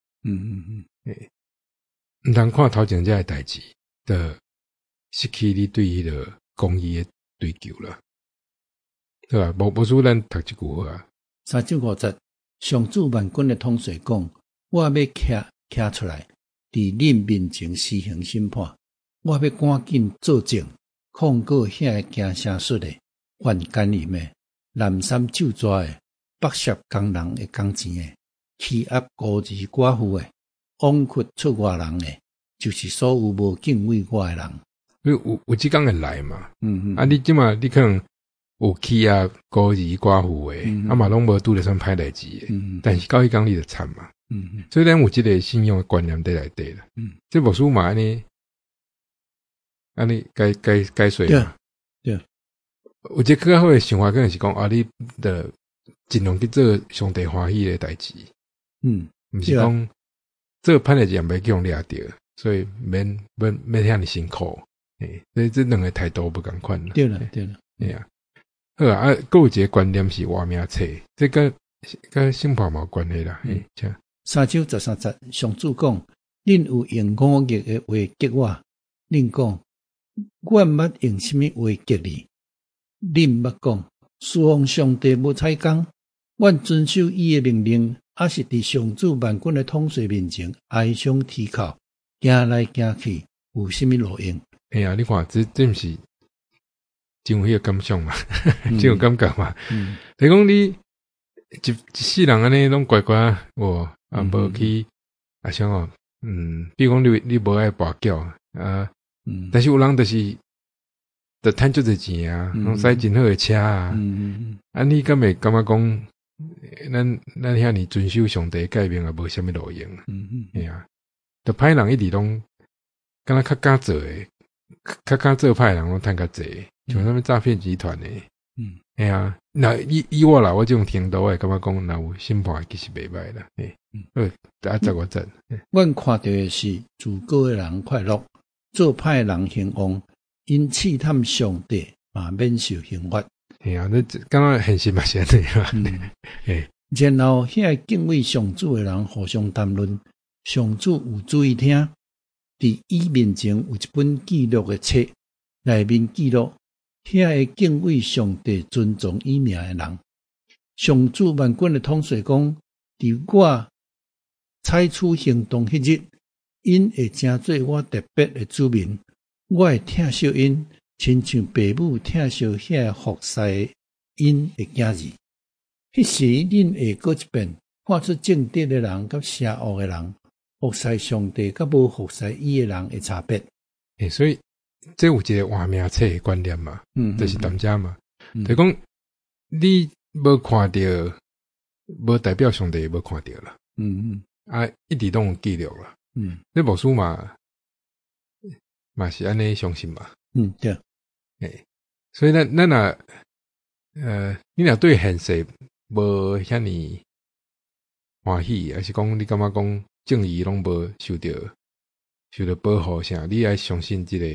毋通看头前这个代志，的失去你对迄个公义的追求啦，对吧？无输咱读一句好啊。 350，上主万军的统帅讲：我要徛出来，伫恁面前施行审判。我要赶紧作证，控告遐个惊声说的、犯奸淫的、南山救抓的、剥削工人的工钱的、欺压孤儿寡妇的、枉屈出外人的，就是所有无敬畏我的人。 有即工会来嘛？你即马你可能有欺压孤儿寡妇的，嘛拢无拄着啥歹代志的，但是到迄工你就惨嘛。所以咱有即个信用的观念在内底啦。这无输嘛安尼解说嘛。对。有一个更较好的想法，可能是讲你的尽量去做上帝欢喜的代志。毋是讲做歹代志也袂去用掠着，所以免遐尼辛苦。所以这两个态度不共款啦。 对了。 好啊，还有一个观念是活命册，这跟星盘冇关系啦。 3章13节，上主讲：恁有用5日的话激我，恁讲我捌用什么话激你？恁捌讲侍奉上帝无采工，阮遵守伊的命令，还是伫上主万军的统帅面前哀伤啼哭，行来行去，有什么路用？ 你看这毋是真有迄个感想嘛，真有感觉嘛。就讲你一世人安尼拢乖乖无去像比如讲你无爱跋筊但是有人就是趁足侪钱啊，拢使真好的车啊，你敢会感觉讲咱遐尼遵守上帝诫命也无啥物路用就歹人一直拢敢若较敢做诶。较做歹人拢趁较济，像啥物诈骗集团诶。那以我啦，我这种程度，我会感觉讲，若有审判其实袂歹啦。大家15节。 阮看到的是自高的人快乐，做歹的人兴旺，因试探上帝嘛免受刑罚。 那刚刚现实嘛是安尼嘛。 然后遐敬畏上主的人互相谈论，上主有注意听。伫伊面前有一本记录的册，内面记录遐个敬畏上帝、尊重伊名的人。上主万军的统帅讲：伫我采取行动迄日，因会成做我特别的子民，我会疼惜因，亲像爸母疼惜遐服侍因的囝儿。迄时恁会过一遍，看出正直的人甲邪恶的人。服侍上帝甲无服侍伊的人的差别。 所以这有一个活命册的观念嘛，就是踮遮嘛。就讲你无看到，无代表上帝无看到啦。一直拢有记录啦。这无输嘛是安尼相信嘛。 对。 所以咱若你若对现实无遐尼欢喜，还是讲你感觉讲正义拢无受到保护啥，你爱相信这个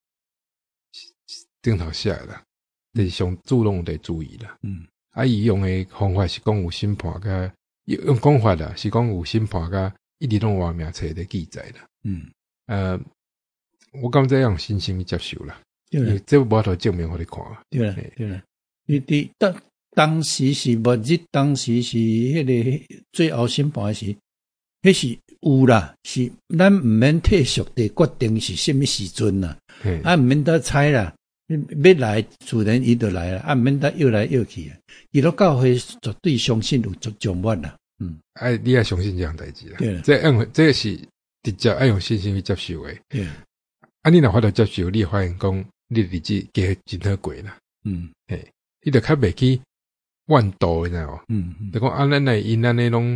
顶头写啦，就是上主拢得注意啦。伊用的方法是讲有审判甲用讲法啦，是讲有审判甲一直拢活命册的记载啦。我感觉用信心去接受啦，因为这无法度证明互你看。 对啦，你当时是末日，当时是迄个最后审判的时。迄是有啦，是咱毋免退缩地决定是什么时阵啦，毋免得猜啦。 要来自然伊就来了，啊，免得摇来摇去啊。伊都教会绝对相信有掌握啦。 你也相信这样代志啦。这是直接要用信心去接受的。 对。 你若法度接受，你会发现讲你日子过真好过啦。你就较袂去怨妒，你知道无？就讲咱来因咱那种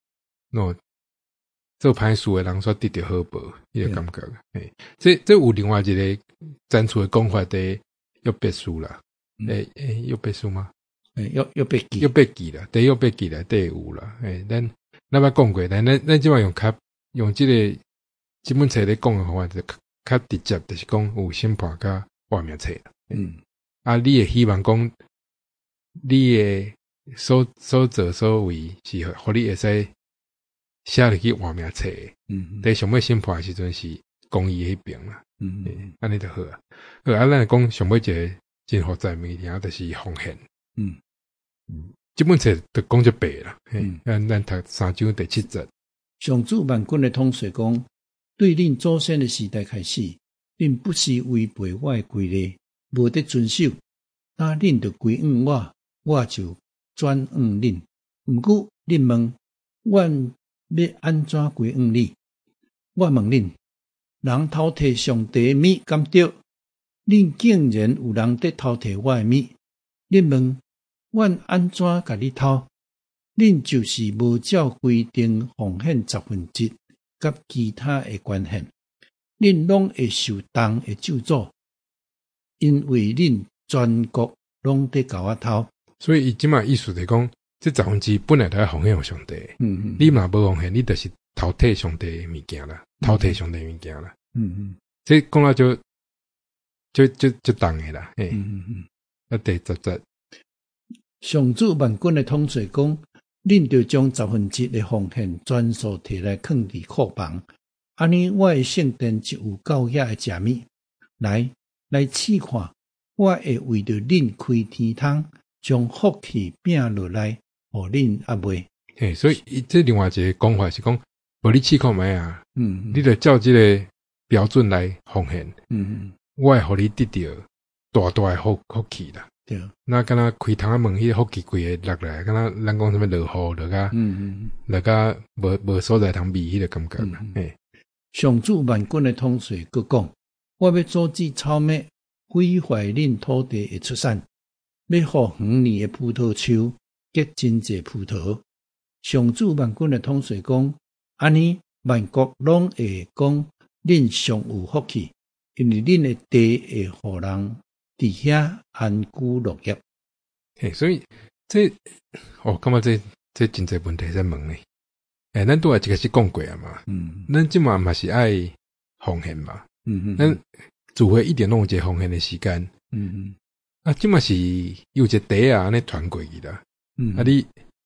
做歹事的人所得到好报，你就感觉。这有另外一个赞出的讲法的约伯书啦。约伯书吗？ 约伯记啦，第约伯记啦，第有啦。咱捌讲过，但咱即摆用这本册咧讲的方法，就较直接，就是讲有审判甲活命册啦。你会希望讲你的所做所为是互你会使写入去活命册的。在上尾审判的时阵是公义迄边啦。安尼就好啊。好咱讲上尾一个真复杂物件，就是奉献。这本册就讲就白啦。咱读3章第7节。 上主万军的统帅讲，对恁祖先的时代开始，恁不是违背我的规例，无得遵守，那恁就归怨我，我就转怨恁。毋过恁问，阮要安怎归怨你？我问恁，人偷摕上帝的物敢对？恁竟然有人在偷摕我的物？恁问，阮安怎甲你偷？恁就是无照规定奉献1/10，甲其他的捐献，恁拢会受当的咒诅，因为恁全国拢在甲我偷。 所以伊即卖意思是讲，这1/10本来就要奉献给上帝。你若无奉献，你就是偷摕上帝的物件啦，偷摕上帝的物件啦。这讲到就重的啦。第10节。 上主万军的统帅讲，恁就将1/10的奉献全数摕来放伫库房，安尼我的圣殿就有够遐的食物。来试看，我会为着恁开天窗，将福气拼落来，互恁阿袂。 所以这另外一个讲法是讲，无你试看觅啊。你就照这个标准来奉献。我会互你得到大的福气啦。那敢若开窗门，迄个福气规个落来，敢若咱讲什么落雨落甲无所在通避迄个感觉啦。 上主万军的统帅佫讲，我要阻止草莓毁坏恁土地的出产，要互远年的葡萄树结真济葡萄。上主万军的统帅讲，安尼万国拢会讲恁上有福气，因为恁的地会互人伫遐安居乐业。 所以感觉这真侪问题在问呢。咱拄仔一个是讲过啊嘛。咱即嘛嘛是爱奉献嘛。咱聚会一定拢有一个奉献的时间。即嘛是有一个地啊，安尼传过去啦。你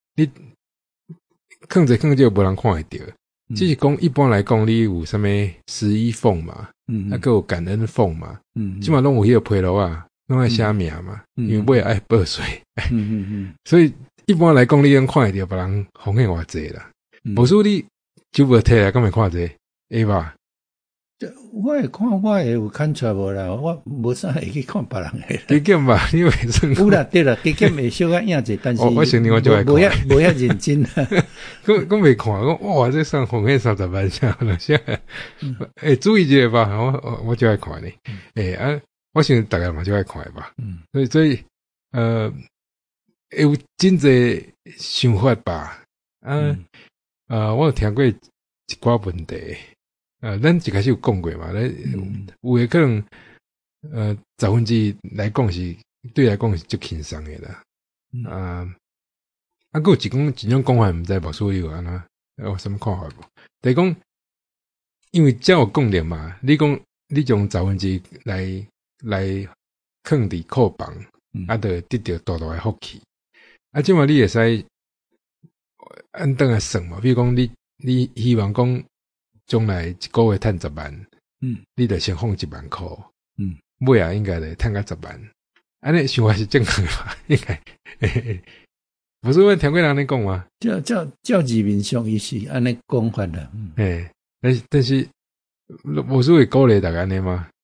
放者无人看会到。只是讲一般来讲，你有啥物11奉嘛，还有感恩奉嘛，即嘛拢有迄个披露啊，拢爱写名嘛，因为尾爱报税。所以一般来讲，你能看会到别人奉献偌济啦。无说你就无摕来，敢会看者，会吧？ 我会看，我会有看出来无啦，我无啥会去看别人诶。 基金吧，你袂算。 有啦，对啦，基金会小可影者，但是我承认我就爱看， 无遐认真啦。 我袂看，哇，这算奉献30万下了，现在注意一下吧，我就爱看呢。我想大家嘛就爱看吧。所以有真侪想法吧。我有听过一寡问题。咱一开始有讲过嘛，有诶可能1/10来讲是对来讲是足轻松诶啦。还有一种讲法，毋知无所有安那有什么看法无？就是讲，因为遮有讲了嘛，你讲你将1/10来放伫库房，就得到大大诶福气。即嘛你会使按等来算嘛，比如讲你希望讲将来一个月赚10万，你就先放1万块，尾啊应该就赚到10万，安尼想法是正确吧？应该，不是我听过人咧讲吗？ 照字面上伊是安尼讲法啦。 但是无所谓鼓励大家安尼吗？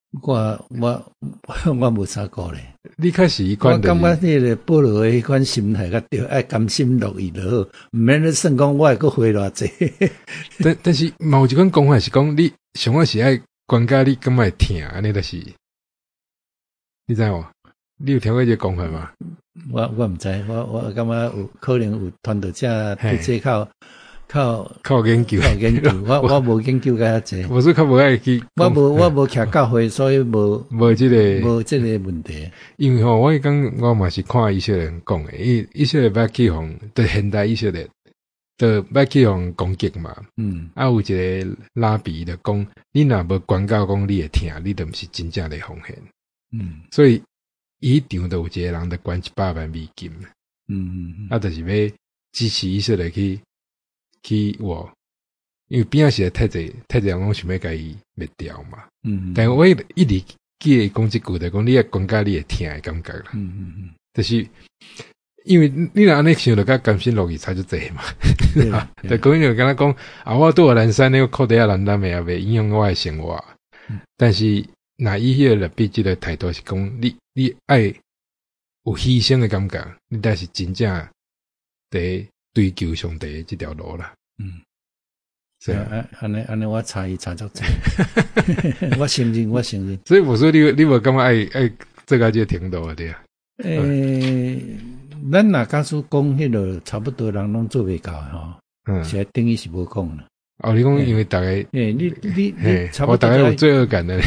我无查过咧。 你开始一款， 我感觉迄个保罗诶迄款心态较对，爱甘心乐意就好，毋免咧算讲我会佫花偌济。 但是有一款讲法是讲，你上我是爱关家你感觉会疼，安尼就是你知无？你有听过这个讲法吗？ 我毋知，我感觉有可能有团队者对这靠研究， 我无研究甲遐济， 我是较无爱去， 我无徛教会，所以无即个问题。 因为我讲我嘛是看以色列人讲诶，以色列要去互对现代以色列，就要去互攻击嘛。有一个拉比就讲，你若无管教讲你会听，你就毋是真正的奉献。所以伊场就有一个人就捐100万美金。就是要支持以色列去活，因为边仔是太侪人讲想要甲伊灭掉嘛。但是我一直记得讲即句，就讲你要管教你会听的感觉啦。就是因为你若安尼想，就甲甘心乐意差就济嘛。就讲就敢若讲我拄有南山那个靠底下南南的也袂影响我的生活。但是若伊迄个比即个态度是讲，你爱有牺牲的感觉，你才是真正伫追求上帝的这条路啦。 安尼我查足济。我承认。 所以我说你无感觉爱做到这个程度啊？对啊。 咱若假使讲迄个差不多人拢做袂到吼，是等于是无讲啦。 你讲因为大家， 你差不多， 我大概有罪恶感的。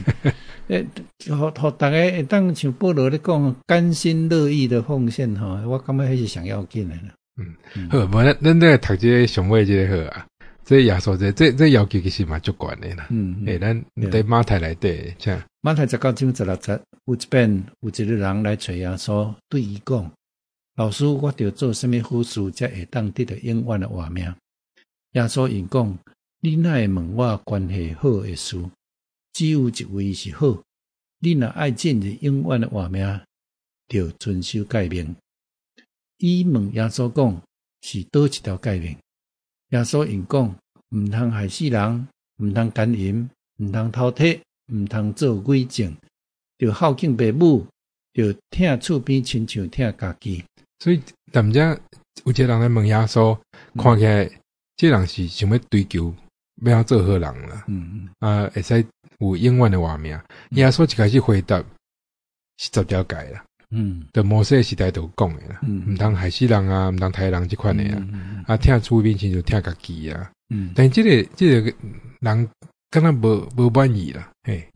互大家会当像保罗咧讲，甘心乐意的奉献吼，我感觉迄是上要紧的啦。 好，无咱这个读这个上尾这个好啊。这耶稣这要求其实嘛足悬的啦。咱在马太内底， 马太19章16节，有一遍有一个人来找耶稣，对伊讲：“老师，我着做什么好事才会当得到永远的活命？”耶稣应讲：“你哪会问我关系好的事？只有一位是好。你若爱进入永远的活命，就遵守诫命。”伊问耶稣讲：“是倒一条诫命？”耶稣应讲：毋通害死人，毋通奸淫，毋通偷窃，毋通做伪证，着孝敬父母，着疼厝边亲像疼家己。 所以，但遮有一个人来问耶稣，看起来这人是想要追求要做好人啦。会使有永远的活命。耶稣一开始回答是10条诫啦。就摩西时代就有讲的啦，毋通害死人啊，毋通杀人这款的啊，疼厝边亲像疼家己啊。但这个人敢若无满意啦，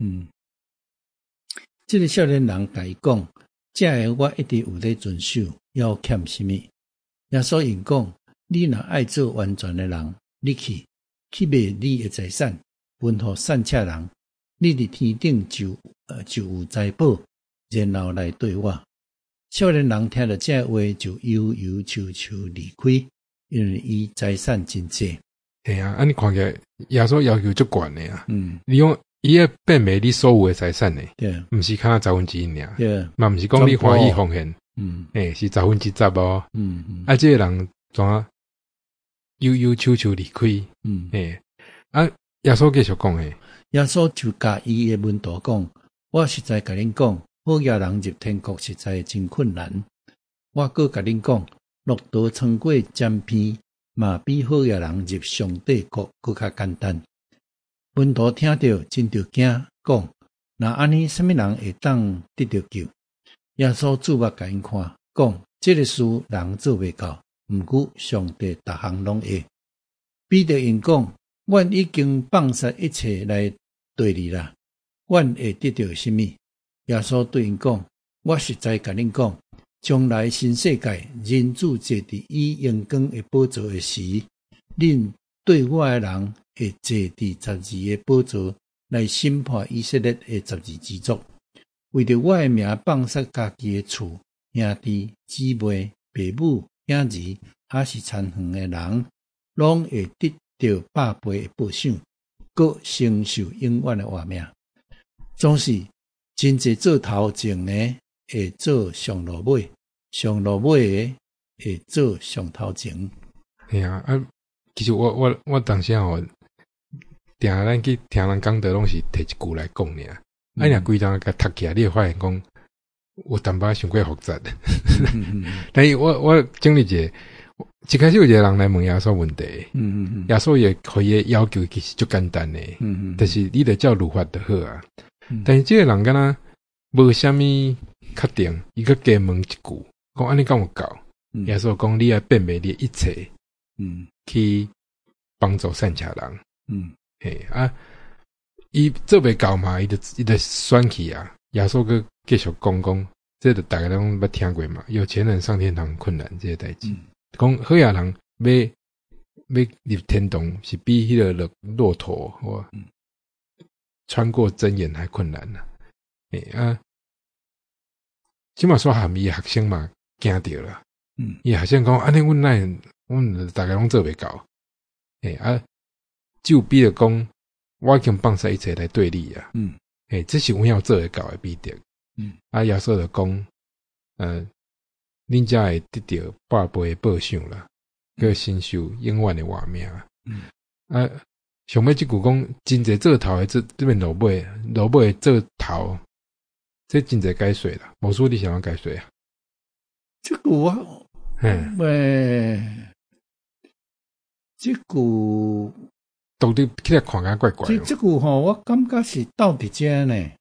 这个少年人甲伊讲，这个我一直有在遵守，要欠什么？耶稣应讲，你若爱做完全的人，你去卖你的财产，分互善车人，你伫天顶就有财宝，然后来对我。少年人听了这话，就悠悠悄悄离开，因为伊财产真济。 你看起来耶稣要求足悬的啊。你用伊要变卖你所有的财产呢，毋是看1/10尔，嘛毋是讲你欢喜奉献，是10%哦。这个人怎悠悠悄悄离开？耶稣继续讲诶， 耶稣就甲伊的门徒讲：我实在甲恁讲。好野人入天国实在真困难。我搁甲恁讲，骆驼穿过尖片，嘛比好野人入上帝国搁较简单。门徒听到真着惊，讲：那安尼，什么人会当得到救？耶稣注目甲因看，讲：这个事人做袂到，毋过上帝逐项拢会。彼得因讲：阮已经放下一切来对你啦，阮会得到什么？耶稣对因讲：我实在甲恁讲，将来新世界人子坐伫以阳光的宝座的时，恁对我的人会坐伫12个宝座来审判以色列的12支族。为着我的名放下家己的厝、兄弟、姊妹、父母、兄儿，还是残远的人，拢会得到百倍的报赏，搁承受永远的活命。总是真济做头前呢，会做上落尾，上落尾的会做上头前。 其实我当时定咱去听人讲的拢是摕一句来讲尔， 若规档甲读起来，你会发现讲有淡薄伤过复杂的。但是我经历者，一开始有一个人来问耶稣问题，耶稣也可以要求其实足简单的，但是你得照律法就好啊。但是这个人敢若无啥物确定，伊个加问一句，讲安尼敢有够？耶稣讲你要辨别你一切，去帮助善假人，伊做袂到嘛，伊就选去啊。耶稣佮继续讲，这个大家拢捌听过嘛，有钱人上天堂困难这些代志。讲好野人要入天堂是比迄个骆驼或穿过针眼还困难呐。即马说含伊学生嘛惊着了。伊学生讲安尼阮大家拢做袂到。就比着讲我已经放下一切来对你啊。这是阮要做会到的比着。耶稣就讲恁才会得到百倍的报偿啦，佮承受永远的活命。上尾即句讲真侪做头的这边落尾做头，这真侪解说啦。魔术你想要解说啊？ 这句我，这句到底起来看起来怪怪。 这句吼，我感觉是到伫遮呢。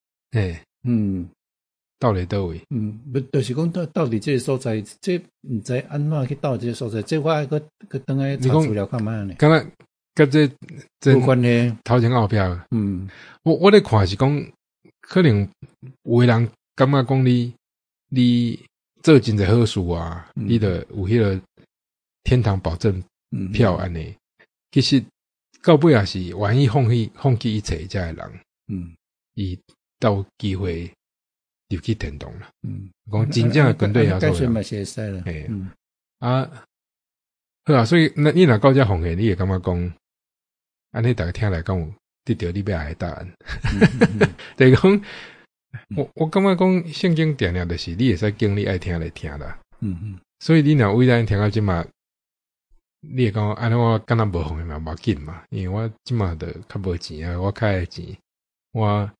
到底倒位？ 就是讲到底这个所在，这毋知安怎去到这个所在，这我还去等来查资料看卖呢。 敢若甲这有关系， 头前后壁。我咧看是讲，可能有的人感觉讲你做真侪好事啊，你就有迄个天堂保证票安尼。其实到尾也是愿意放弃一切遮的人，伊到机会入去天堂啦。讲真正的军队也是嘛是会使啦。 好啊，所以你若到遮奉献，你会感觉讲，安尼大家听来讲有得到你要爱的答案。就是讲，我感觉讲圣经定定就是你会使经历爱听来听啦。所以你若为咱听到即嘛，你会讲安尼我敢若无奉献嘛，无要紧嘛，因为我即嘛就较无钱啊，我较爱钱，我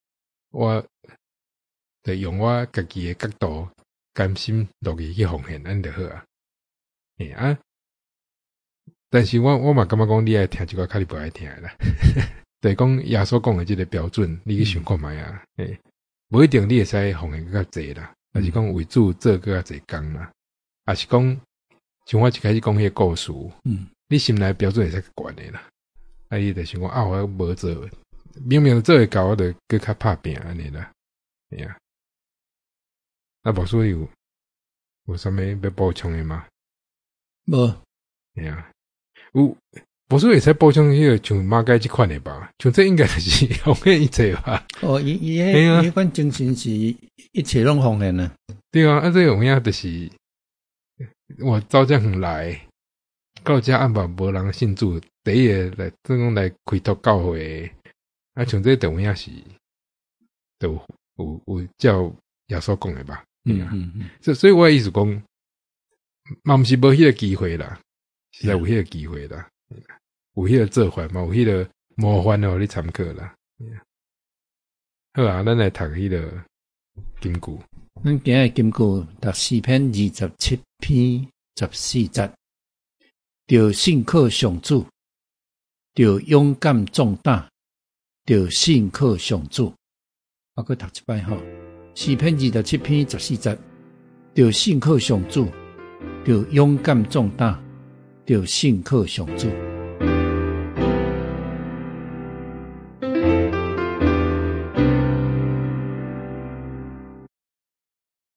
就用我家己的角度甘心落去奉献，安尼就好啊。但是我嘛感觉讲你爱听一个较你不爱听的啦。就是讲耶稣讲的这个标准，你去想看卖啊。无一定你会使奉献较济啦，还是讲为主做较济工啦，还是讲像我一开始讲迄个故事，你心内标准会使悬的啦。你就想讲我无做，明明做会到，我就更较拍拼安尼啦。无所以有啥物要补充的吗？ 无。 有无所以会使补充迄个像马街即款的吧？像这应该就是奉献一切吧？ 伊迄款精神是一切拢奉献啊。 对啊，这有影就是我走这远来，到遮暗晡无人信主，第一个来正来开拓教会，像这有影是都有照耶稣讲的吧？所以我的意思讲，嘛毋是无迄个机会啦，实在有迄个机会啦，有迄个做法嘛，有迄个模范互你参考啦。好啊，咱来读迄个金句。 咱今日金句读诗篇27篇14节，着信靠上主，着勇敢壮大，着信靠上主。我再读一摆吼。诗篇27篇14节，着信靠上主，着勇敢壮大，着信靠上主。